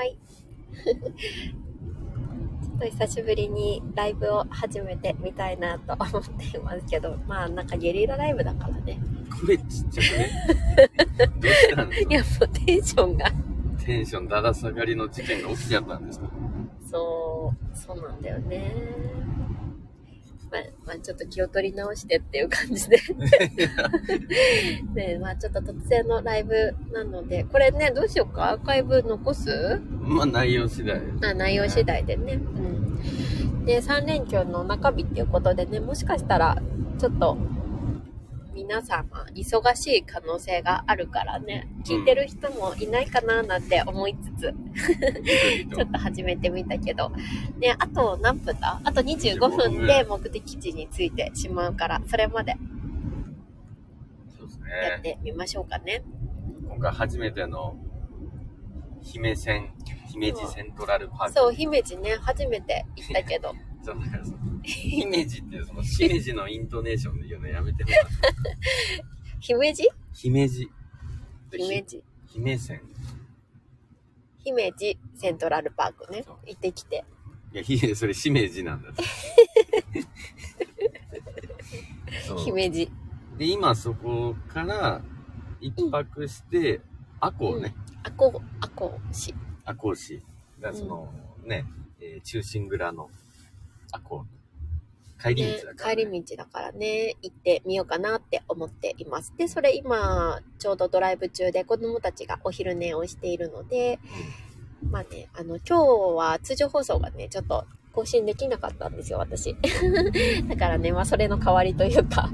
い。ちょっと久しぶりにライブを始めてみたいなと思っていますけど、まあなんかゲリラライブだからね。 声ちっちゃくね。どうしたんですか？ いやもうテンションが。 テンションだだ下がりの事件が起きちゃったんですか？ そうなんだよね。まあちょっと気を取り直してっていう感じでね、まあちょっと突然のライブなので、これねどうしようか、アーカイブ残す？ まあ内容次第。 内容次第でね。で3連休の中日っていうことでね、もしかしたらちょっと皆様忙しい可能性があるからね、聞いてる人もいないかななんて思いつつちょっと始めてみたけどね。あと何分だ？あと25分で目的地に着いてしまうから、それまでやってみましょうかね。 今回初めての姫路セントラルパーク。 そう、姫路ね、初めて行ったけどそうだから姫路っていうそのしめじのイントネーションで言うのやめてもらって姫路姫路姫路セントラルパークね、行ってきて。 いや、それしめじなんだ姫路で、今そこから一泊して、赤穂ね。赤穂市がその、ね、中心蔵の赤穂。帰り道だからね。帰り道だからね、 行ってみようかなって思っています。で、それ今、ちょうどドライブ中で子供たちがお昼寝をしているので、まあね、今日は通常放送がね、ちょっと更新できなかったんですよ、私。だからね、まあそれの代わりというか、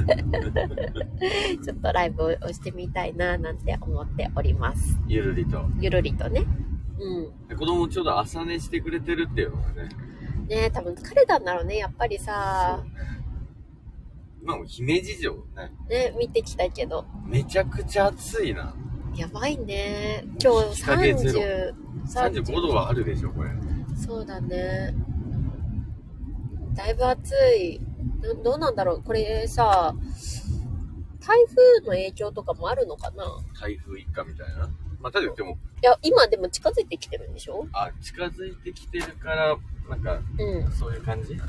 ちょっとライブをしてみたいななんて思っております。 ゆるりとね。子供ちょうど朝寝してくれてるっていうのがね。 ね、多分疲れたんだろうね、やっぱりさ。 今も姫路城ね、見てきたけど。 めちゃくちゃ暑いな。 やばいね。今日 35度はあるでしょ、これ。 そうだね。だいぶ暑い。どうなんだろう、これさ、台風の影響とかもあるのかな？ 台風一過みたいな。まあ、ただ言っても。いや、今でも近づいてきてるんでしょ？ 近づいてきてるから、なんか、そういう感じ？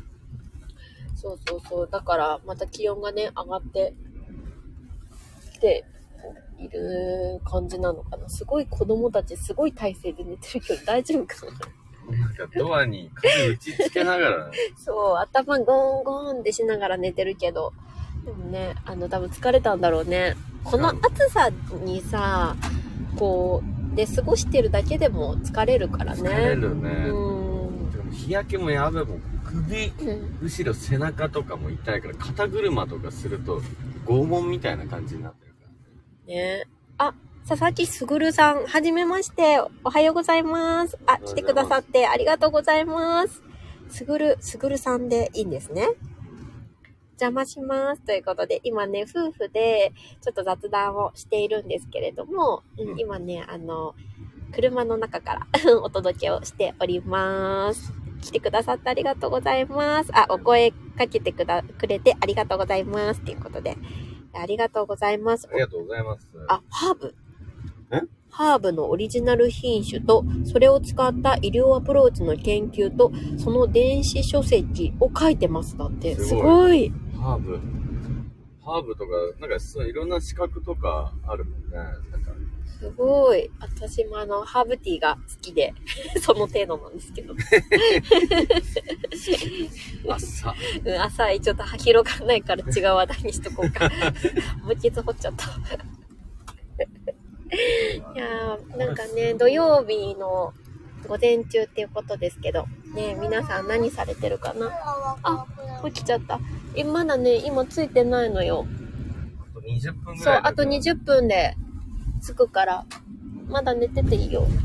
そう。だから、また気温がね、上がってきている感じなのかな。すごい子供たち、すごい体勢で寝てるけど、大丈夫かな？ なんかドアに鍵打ち付けながらそう、頭ゴーンゴーンってしながら寝てるけど、でもね、多分疲れたんだろうね。この暑さにさ、こうで過ごしてるだけでも疲れるからね。 疲れるね。でも日焼けもやべえもん。首、後ろ背中とかも痛いから、肩車とかすると拷問みたいな感じになってるからね。佐々木すぐるさん、はじめまして。おはようございます。来てくださってありがとうございます。すぐるさんでいいんですね。邪魔します。ということで、今ね、夫婦でちょっと雑談をしているんですけれども、今ね、車の中からお届けをしております。来てくださってありがとうございます。お声かけてくれてありがとうございます。ということで、ありがとうございます。 ありがとうございます。 ハーブのオリジナル品種と、それを使った医療アプローチの研究と、その電子書籍を書いてます。だって。すごい。 ハーブとか、なんかそういろんな資格とかあるもんね。なんかすごい。私もハーブティーが好きで、その程度なんですけど。浅い。ちょっと広がんないから違う話題にしとこうか。無傷掘っちゃった。いやー、なんかね、土曜日の午前中っていうことですけど、ね、皆さん何されてるかな？起きちゃった。まだね、今ついてないのよ。 あと20分ぐらい。 そう、あと20分で着くから、まだ寝てていいよ。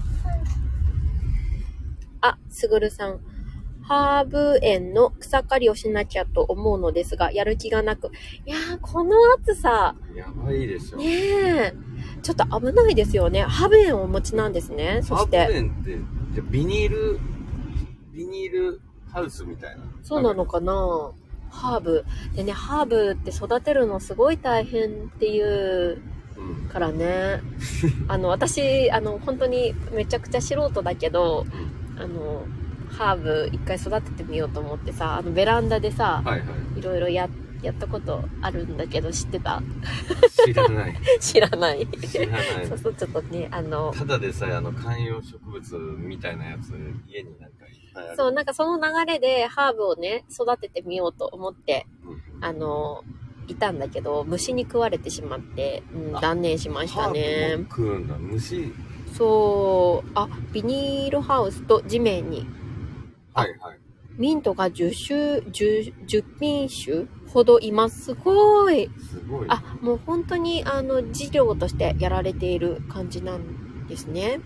すぐるさん。ハーブ園の草刈りをしなきゃと思うのですが、やる気がなく。いやー、この暑さ。 やばいでしょ。 ねえ。ちょっと危ないですよね。ハーブ園をお持ちなんですね。そして。 ハーブ園ってじゃビニールハウスみたいな。 そうなのかな。ハーブでね、ハーブって育てるのすごい大変っていうからね。私、本当にめちゃくちゃ素人だけど、ハーブ一回育ててみようと思ってさ、ベランダでさ、いろいろやったことあるんだけど、知ってた？ 知らない。 知らない。 知らない。 そうそう、ちょっとね、 ただでさえ観葉植物みたいなやつ、家になんかいっぱいある。 そう、なんかその流れでハーブをね、育ててみようと思って、いたんだけど、虫に食われてしまって、断念しましたね。 ハーブも食うんだ、虫。 そう、ビニールハウスと地面に。ミントが10品種ほどいます。すごい。 すごい。 もう本当に事業としてやられている感じなんですね。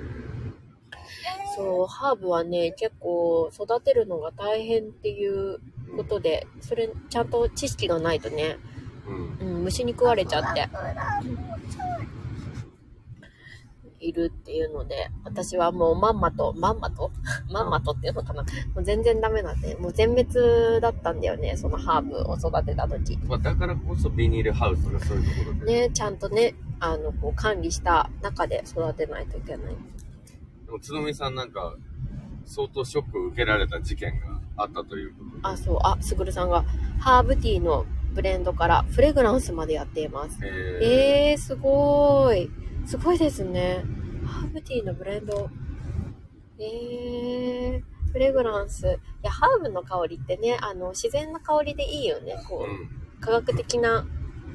そう、ハーブはね、結構育てるのが大変っていうことで、それちゃんと知識がないとね、虫に食われちゃっているっていうので、私はもうまんまとっていうのかな、もう全然ダメなんで、もう全滅だったんだよね、そのハーブを育てた時。 だからこそビニールハウスがそういうところでね、ちゃんとね、こう管理した中で育てないといけない。 でもつのみさんなんか相当ショックを受けられた事件があったということで。 そう、すぐるさんがハーブティーのブレンドからフレグランスまでやっています。すごい。すごいですね。ハーブティーのブレンド。フレグランス。いや、ハーブの香りってね、自然な香りでいいよね。こう、科学的な、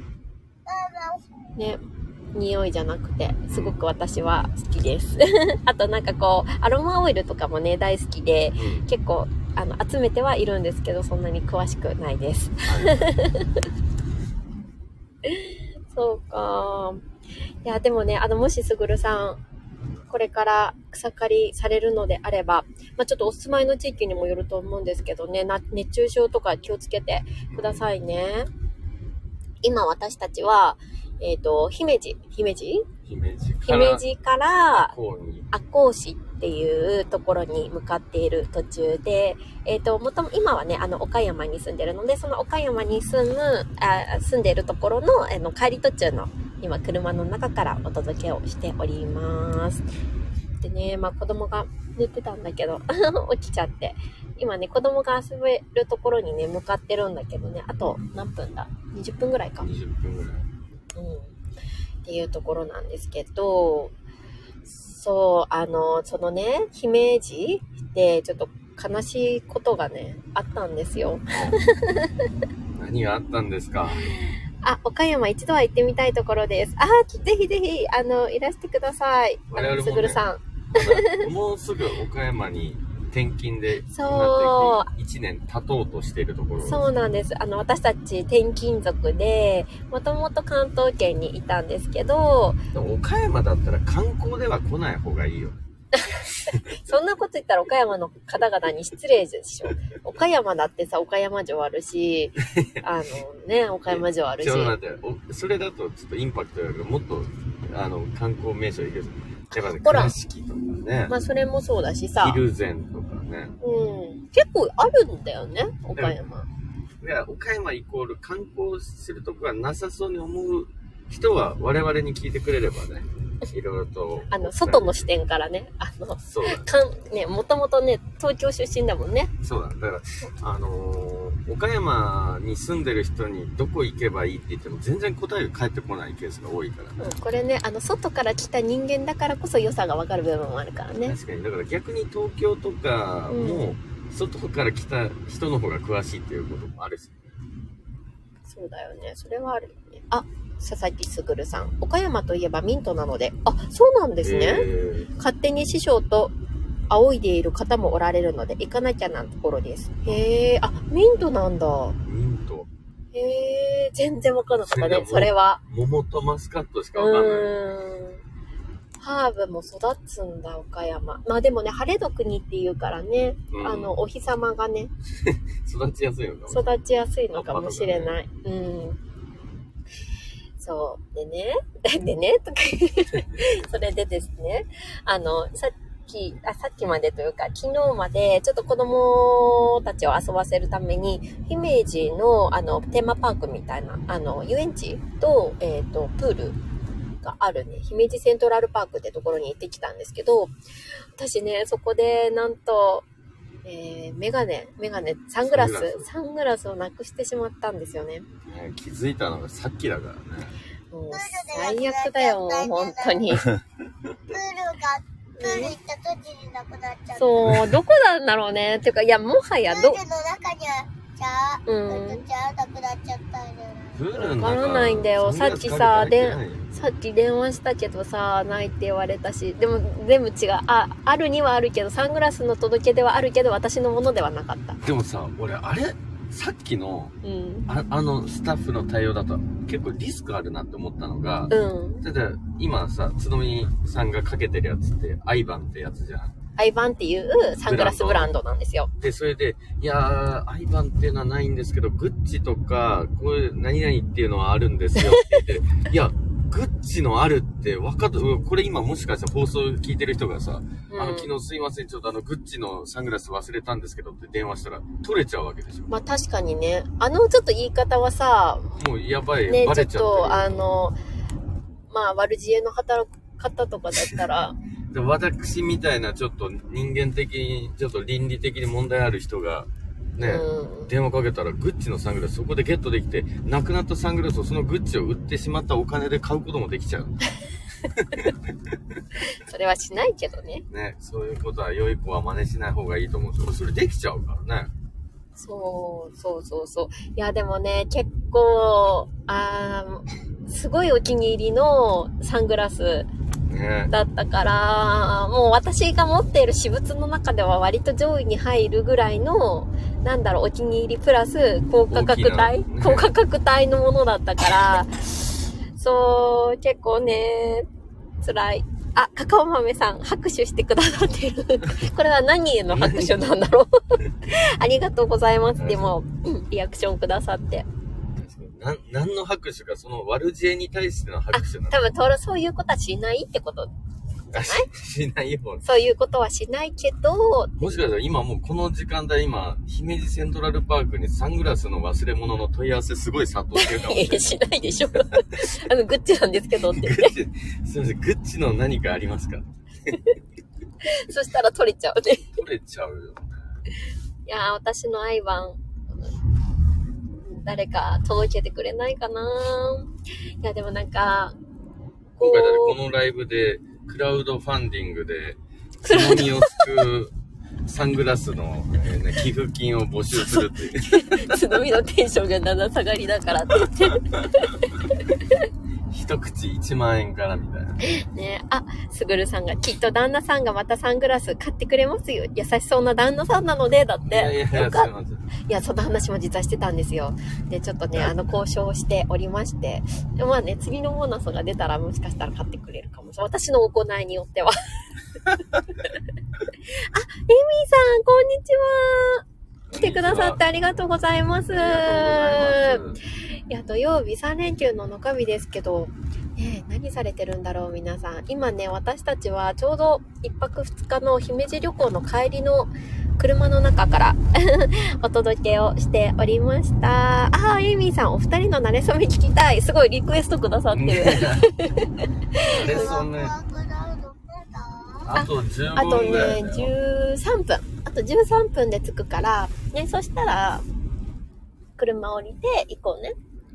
ね、匂いじゃなくて、すごく私は好きです。あとなんかこう、アロマオイルとかもね、大好きで、結構、集めてはいるんですけど、そんなに詳しくないです。そうか。いや、でもね、もしすぐるさん、これから草刈りされるのであれば、ちょっとお住まいの地域にもよると思うんですけどね、熱中症とか気をつけてくださいね。今私たちは、姫路から赤穂市っていうところに向かっている途中で、今はね、岡山に住んでるので、その岡山に住んでいるところの、帰り途中の今車の中からお届けをしております。でね、子供が寝てたんだけど起きちゃって、今ね子供が遊べるところにね向かってるんだけどね、あと何分だ？20分ぐらいか。 20分ぐらい。 っていうところなんですけど、そう、そのね、姫路でちょっと悲しいことがねあったんですよ。 何があったんですか？ 岡山一度は行ってみたいところです。ぜひぜひ、いらしてください。すぐるさん。もうすぐ岡山に転勤で、1年経とうとしているところです。 そうなんです。私たち転勤族で、もともと関東圏にいたんですけど、 でも岡山だったら観光では来ない方がいいよ。 そんなこと言ったら岡山の方々に失礼でしょ。岡山だってさ、岡山城あるし、岡山城あるし。 それだとちょっとインパクトよりもっと、観光名所行ける。やっぱね、倉敷とかね。 それもそうだしさ。 蒜山とかね。 結構あるんだよね、岡山。 いや、岡山イコール観光するとこがなさそうに思う人は我々に聞いてくれればね。いろいろと。 外の視点からね、 そうだね、もともとね、東京出身だもんね。 そうだ。だから、岡山に住んでる人にどこ行けばいいって言っても全然答えが返ってこないケースが多いからね。 これね、外から来た人間だからこそ良さがわかる部分もあるからね。 確かに。だから逆に東京とかも、外から来た人の方が詳しいっていうこともあるし。 そうだよね。それはあるよね。佐々木すぐるさん。岡山といえばミントなので。そうなんですね。勝手に師匠と仰いでいる方もおられるので、行かなきゃなところです。ミントなんだ。 ミント。 全然わかんなかったね、それは。 桃とマスカットしかわかんない。 ハーブも育つんだ、岡山。でもね、晴れの国っていうからね、お日様がね、 育ちやすいのかもしれない。そう。でね、とかそれでですね、さっきまでというか、昨日までちょっと子供たちを遊ばせるために、姫路のテーマパークみたいな、遊園地と、プールがあるね、姫路セントラルパークってところに行ってきたんですけど、私ね、そこでなんと、メガネ、サングラスをなくしてしまったんですよね。 気づいたのがさっきだからね。 もう最悪だよ、もう本当に。プール行った時になくなっちゃった。 そう、どこなんだろうね。っていうか、いや、もはやプールの中には、なくなっちゃったんだよね。 わからないんだよ。さっき電話したけどさ、ないって言われたし、でも全部違う。あるにはあるけど、サングラスの届け出はあるけど、私のものではなかった。 でもさ、俺、さっきの、スタッフの対応だと結構リスクあるなって思ったのが、だって今さ、つのみさんがかけてるやつって、アイバンってやつじゃん。 アイバンっていうサングラスブランドなんですよ。 で、それで、いやー、アイバンっていうのはないんですけど、グッチとか、こういう何々っていうのはあるんですよって言って、いや、グッチのあるって分かった、これ今もしかしたら放送聞いてる人がさ、昨日すいません、ちょっとグッチのサングラス忘れたんですけどって電話したら取れちゃうわけでしょ。 まあ確かにね、ちょっと言い方はさ、 もうやばい、 ね、 バレちゃってる。 ちょっとまあ悪知恵の働く方とかだったら、 私みたいなちょっと人間的に、ちょっと倫理的に問題ある人が、ね、電話かけたらグッチのサングラスそこでゲットできて、なくなったサングラスをそのグッチを売ってしまったお金で買うこともできちゃう。 それはしないけどね。 ね、そういうことは良い子は真似しない方がいいと思う。それできちゃうからね。 そう。いや、でもね、結構、すごいお気に入りのサングラスだったから、もう私が持っている私物の中では割と上位に入るぐらいの、お気に入りプラス高価格帯のものだったから、そう、結構ね、辛い。カカオ豆さん、拍手してくださってる。これは何への拍手なんだろう。ありがとうございます。でも、リアクションくださって。 何の拍手か、その悪知恵に対しての拍手なの？ 多分、そういうことはしないってことじゃない？ しないよ。 そういうことはしないけど、 もしかしたら今もうこの時間帯姫路セントラルパークにサングラスの忘れ物の問い合わせすごい殺到してるかもしれない。 しないでしょ。グッチなんですけどって言って。 すみません、グッチの何かありますか？ そしたら取れちゃうね。 取れちゃうよ。 いやー、私のアイバン、誰か届けてくれないかな。いや、でも今回だってこのライブでクラウドファンディングでつのみを救うサングラスの、寄付金を募集するっていう。 つのみのテンションがだだ下がりだからって言って。 一口1万円からみたいな。 ね、すぐるさんがきっと旦那さんがまたサングラス買ってくれますよ。優しそうな旦那さんなので、だって。いや、その話も実はしてたんですよ。で、ちょっとね、交渉をしておりまして。まあね、次のボーナスが出たらもしかしたら買ってくれるかもしれない。私の行いによっては。エミーさん、こんにちは。来てくださってありがとうございます。いや、土曜日3連休の中日ですけど、何されてるんだろう皆さん。今ね、私たちはちょうど1泊2日の姫路旅行の帰りの車の中からお届けをしておりました。エイミーさん、お二人の馴れ初め聞きたい。すごいリクエストくださってる。 馴れ初め。あと15分。あとね、 13分。あと13分で着くから、ね、そしたら、車降りて行こうね。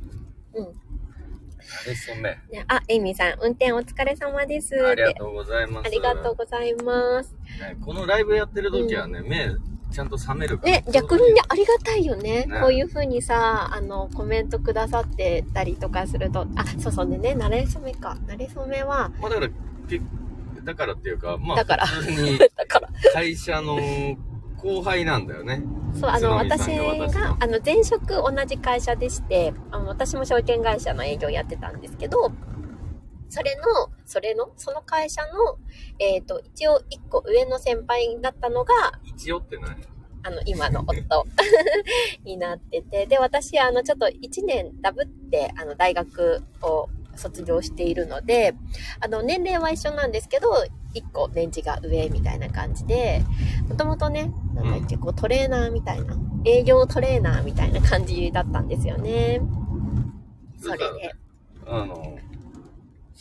エイミーさん、運転お疲れ様です。 ありがとうございます。 ありがとうございます。 このライブやってる時はね、目ちゃんと覚めるから。 ね、逆にね、ありがたいよね。こういう風にさ、コメントくださってたりとかすると、そうね、慣れ初めか。慣れ初めは。 だからっていうか、普通に、会社の後輩なんだよね。 そう、私が、前職同じ会社でして、私も証券会社の営業やってたんですけど、その会社の、一応一個上の先輩だったのが、 一応って何？ 今の夫になってて、で、私、ちょっと1年ダブって、大学を卒業しているので、年齢は一緒なんですけど、一個年次が上みたいな感じで、もともとね、トレーナーみたいな、営業トレーナーみたいな感じだったんですよね。それで。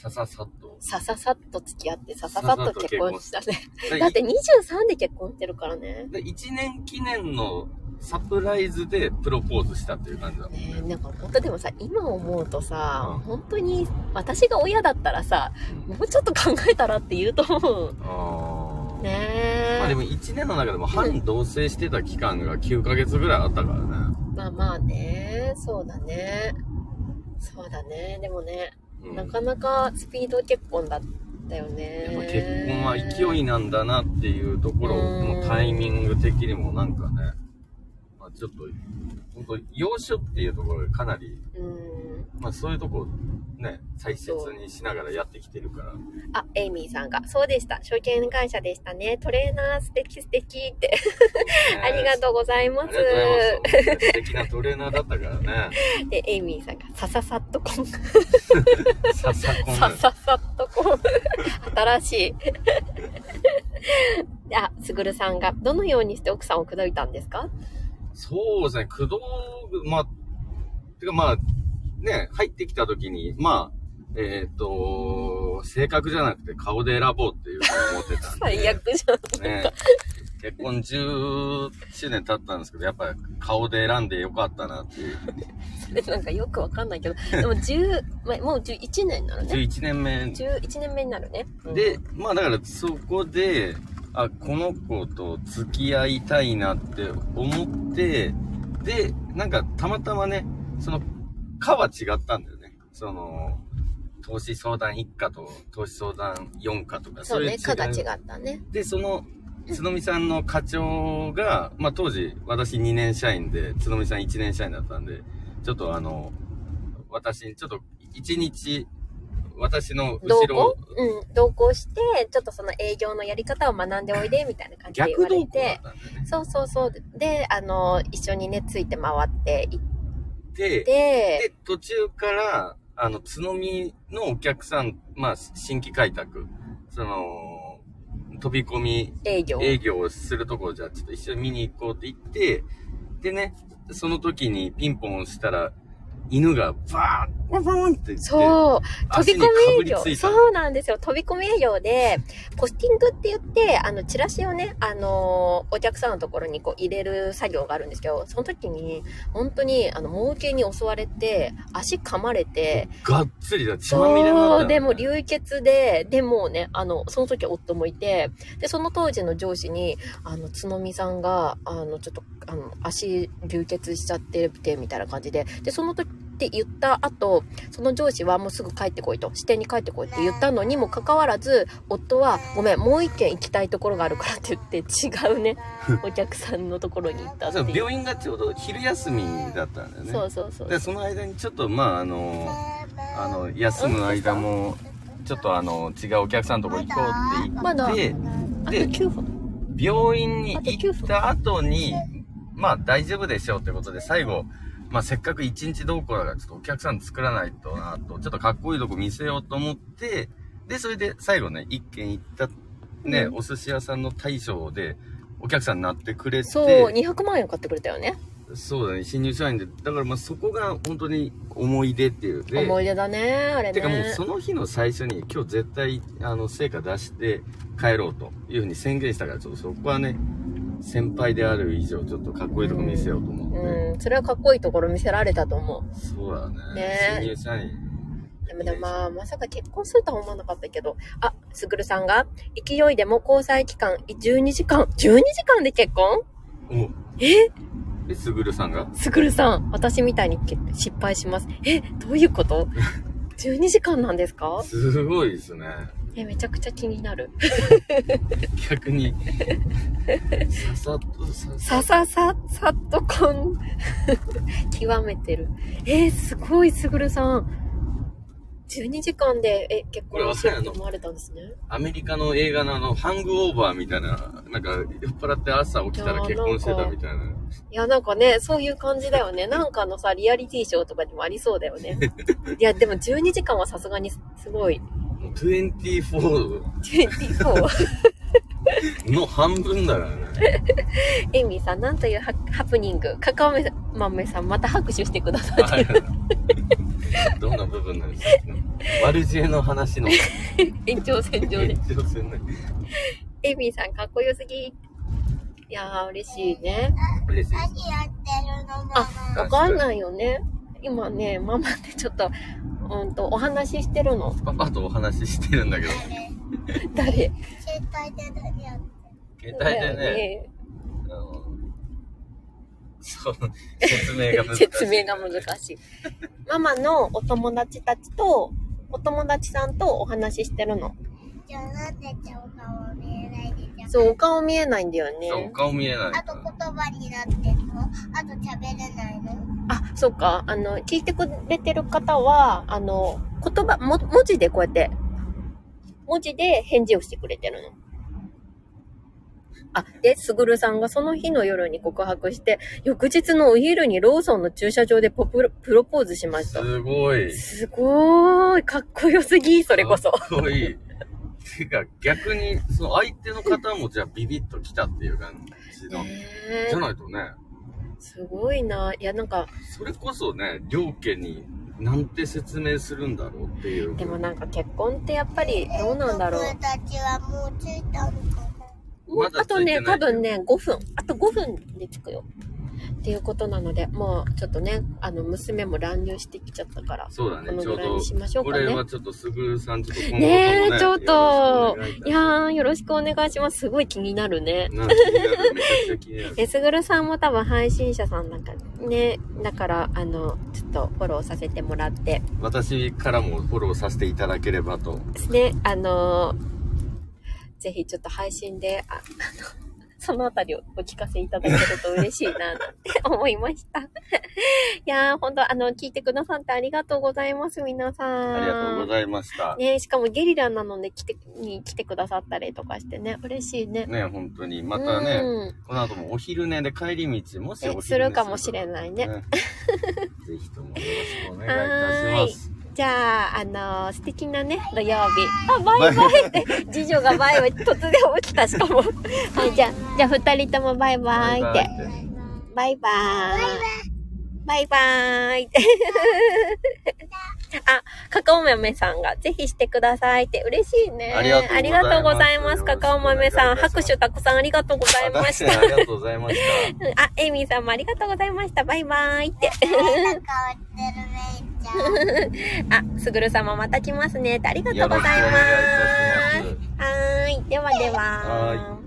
さささっと。 さささっと付き合って、さささっと結婚したね。だって23で結婚してるからね。 で1年記念のサプライズでプロポーズしたっていう感じだもんね。なんか本当でもさ、今思うとさ、本当に私が親だったらさ、もうちょっと考えたらって言うと思う。ねえ。 まあでも1年の中でも半同棲してた期間が9ヶ月ぐらいあったからね。 まあまあね、そうだね。そうだね。でもね、なかなかスピード結婚だったよね。 やっぱ結婚は勢いなんだなっていうところのタイミング的にもなんかね、まあ、ちょっと本当要所っていうところがかなり、まあそういうとこね大切にしながらやってきてるから。 あ、エイミーさんがそうでした。証券会社でしたね。トレーナー素敵素敵ってありがとうございます。 ありがとうございます。素敵なトレーナーだったからね。 でエイミーさんがさささっとコンささコンさささっとコン新しいあ、すぐるさんがどのようにして奥さんを口説いたんですか？ そうですね、口説く、まあ、てかまあ、ね、入ってきた時に、まあ、性格じゃなくて顔で選ぼうっていうふうに思ってたんで。 最悪じゃん。 ね。結婚10周年経ったんですけど、やっぱ顔で選んでよかったなっていう。 それなんかよくわかんないけど、でももう11年なのね。 11年目。 11年目になるね。 で、まあだからそこで、あ、この子と付き合いたいなって思って、で、なんかたまたまね、その、課は違ったんだよね。その、投資相談1課と投資相談4課とか、 そうね、課が違ったね。 で、その、つのみさんの課長が、まあ当時、私2年社員で、つのみさん1年社員だったんで、ちょっと私にちょっと1日、私の後ろ同行して、ちょっとその営業のやり方を学んでおいで、みたいな感じで言われて。 逆同行だったんだよね。 そうそうそう。で、一緒にね、ついて回っていって、 で、途中から、つのみのお客さん、まあ、新規開拓、飛び込み営業をするところじゃあちょっと一緒に見に行こうって言って、でね、その時にピンポンしたら、犬がバーン、バーンって言って、 そう、飛び込み営業。 そうそうなんですよ。飛び込み営業で、ポスティングって言って、チラシをね、お客さんのところにこう入れる作業があるんですけど、その時に、本当に、猛犬に襲われて、足噛まれて、 がっつりだ、血まみれになった、ね。 そう、でも流血で、でもうね、その時夫もいて、で、その当時の上司に、つのみさんが、ちょっと、足流血しちゃってて、みたいな感じで、で、その時、って言った後、その上司はもうすぐ帰ってこいと、支店に帰ってこいって言ったのにもかかわらず、夫はごめん、もう一軒行きたいところがあるからって言って違うねお客さんのところに行ったっていう。 病院がちょうど昼休みだったんだよね。 そうそうそう。 でその間にちょっとまあ休む間もちょっと違うお客さんのとこ行こうって言って、 まだあと9分。 病院に行った後にまあ大丈夫でしょうってことで最後。まあせっかく一日どうこうだからちょっとお客さん作らないとなと、ちょっとかっこいいとこ見せようと思って、で、それで最後ね、一軒行ったね、お寿司屋さんの大将でお客さんになってくれて。 そう、200万円買ってくれたよね。 そうだね、新入社員で。だからまあそこが本当に思い出っていう。 思い出だね、あれね。 てかもうその日の最初に今日絶対成果出して帰ろうというふうに宣言したから、ちょっとそこはね、先輩である以上ちょっとかっこいいとこ見せようと思って。 それはかっこいいところ見せられたと思う。 そうだね。新入社員。 でもまあ、まさか結婚するとは思わなかったけど、あ、すぐるさんが、勢いでも交際期間12時間で結婚？ すぐるさんが？ すぐるさん、私みたいに失敗します。どういうこと ?12 時間なんですか？ すごいですね。 めちゃくちゃ気になる。 逆に。さっと極めてる。すごい、すぐるさん。12時間で、結婚しようと思われたんですね。 アメリカの映画のハングオーバーみたいな、なんか、酔っ払って朝起きたら結婚してたみたいな。 いや、なんかね、そういう感じだよね。なんかのさ、リアリティショーとかにもありそうだよね。いや、でも12時間はさすがにすごい。 24 の半分だからね。 エイミーさん、なんというハプニング。カカオ豆さん、また拍手してくださってる。 どの部分なんですか？悪知恵の話の延長線上で。 延長線ね。 エミさんかっこよすぎ。いやー嬉しいね。 嬉しい。 何やってるのママ。 わかんないよね。今ね、ママってちょっと、お話ししてるの。 パパとお話ししてるんだけど。 誰？ 携帯で何やってる？ 携帯でね、そう説明が難しい。 説明が難しい。ママのお友達たちと、お友達さんとお話ししてるの。 じゃあなんでお顔見えないでじゃん。 そう、お顔見えないんだよね。 そう、お顔見えない。 あと言葉になってんの？あと喋れないの？ あ、そうか。聞いてくれてる方は、言葉、文字でこうやって、文字で返事をしてくれてるの。あ、で、すぐるさんがその日の夜に告白して、翌日のお昼にローソンの駐車場でプロポーズしました。 すごい。 すごーい。かっこよすぎ、それこそ。 かっこいい。てか、逆に、その相手の方もじゃあビビッと来たっていう感じの。じゃないとね。 すごいな。いや、なんか。 それこそね、両家になんて説明するんだろうっていう。 でもなんか結婚ってやっぱりどうなんだろう。 僕たちはもう着いたのかな？ まだあとね、多分ね、5分。あと5分で着くよ。っていうことなので、もうちょっとね、娘も乱入してきちゃったから。 そうだね、 このぐらいにしましょうかね。 これはちょっとすぐるさん、ちょっと今後ともねえ、ちょっと、 いやー、よろしくお願いします。すごい気になるね。 気になる、めちゃくちゃ気になる。 すぐるさんも多分配信者さんなんかね、だから、ちょっとフォローさせてもらって。 私からもフォローさせていただければと。 ですね、ぜひちょっと配信で、そのあたりをお聞かせいただけると嬉しいな、なんて思いました。いやー、ほんと、聞いてくださってありがとうございます、皆さん。 ありがとうございました。 ね、しかもゲリラなので来てくださったりとかしてね、嬉しいね。 ね、本当に。またね、この後もお昼寝で帰り道、もしお昼寝するかもしれないね。 ぜひともよろしくお願いいたします。 じゃあ、素敵なね、土曜日。あ、バイバイって、次女がバイバイ、突然起きた、しかも。はい、じゃあ二人ともバイバイって。バイバイ。バイバイって。あ、カカオ豆さんがぜひしてくださいって嬉しいね。 ありがとうございます。 カカオ豆さん、拍手たくさんありがとうございました。 ありがとうございました。 あ、エイミーさんもありがとうございました。バイバイって。あ、すぐるさんもまた来ますねってありがとうございます。はーい。ではでは。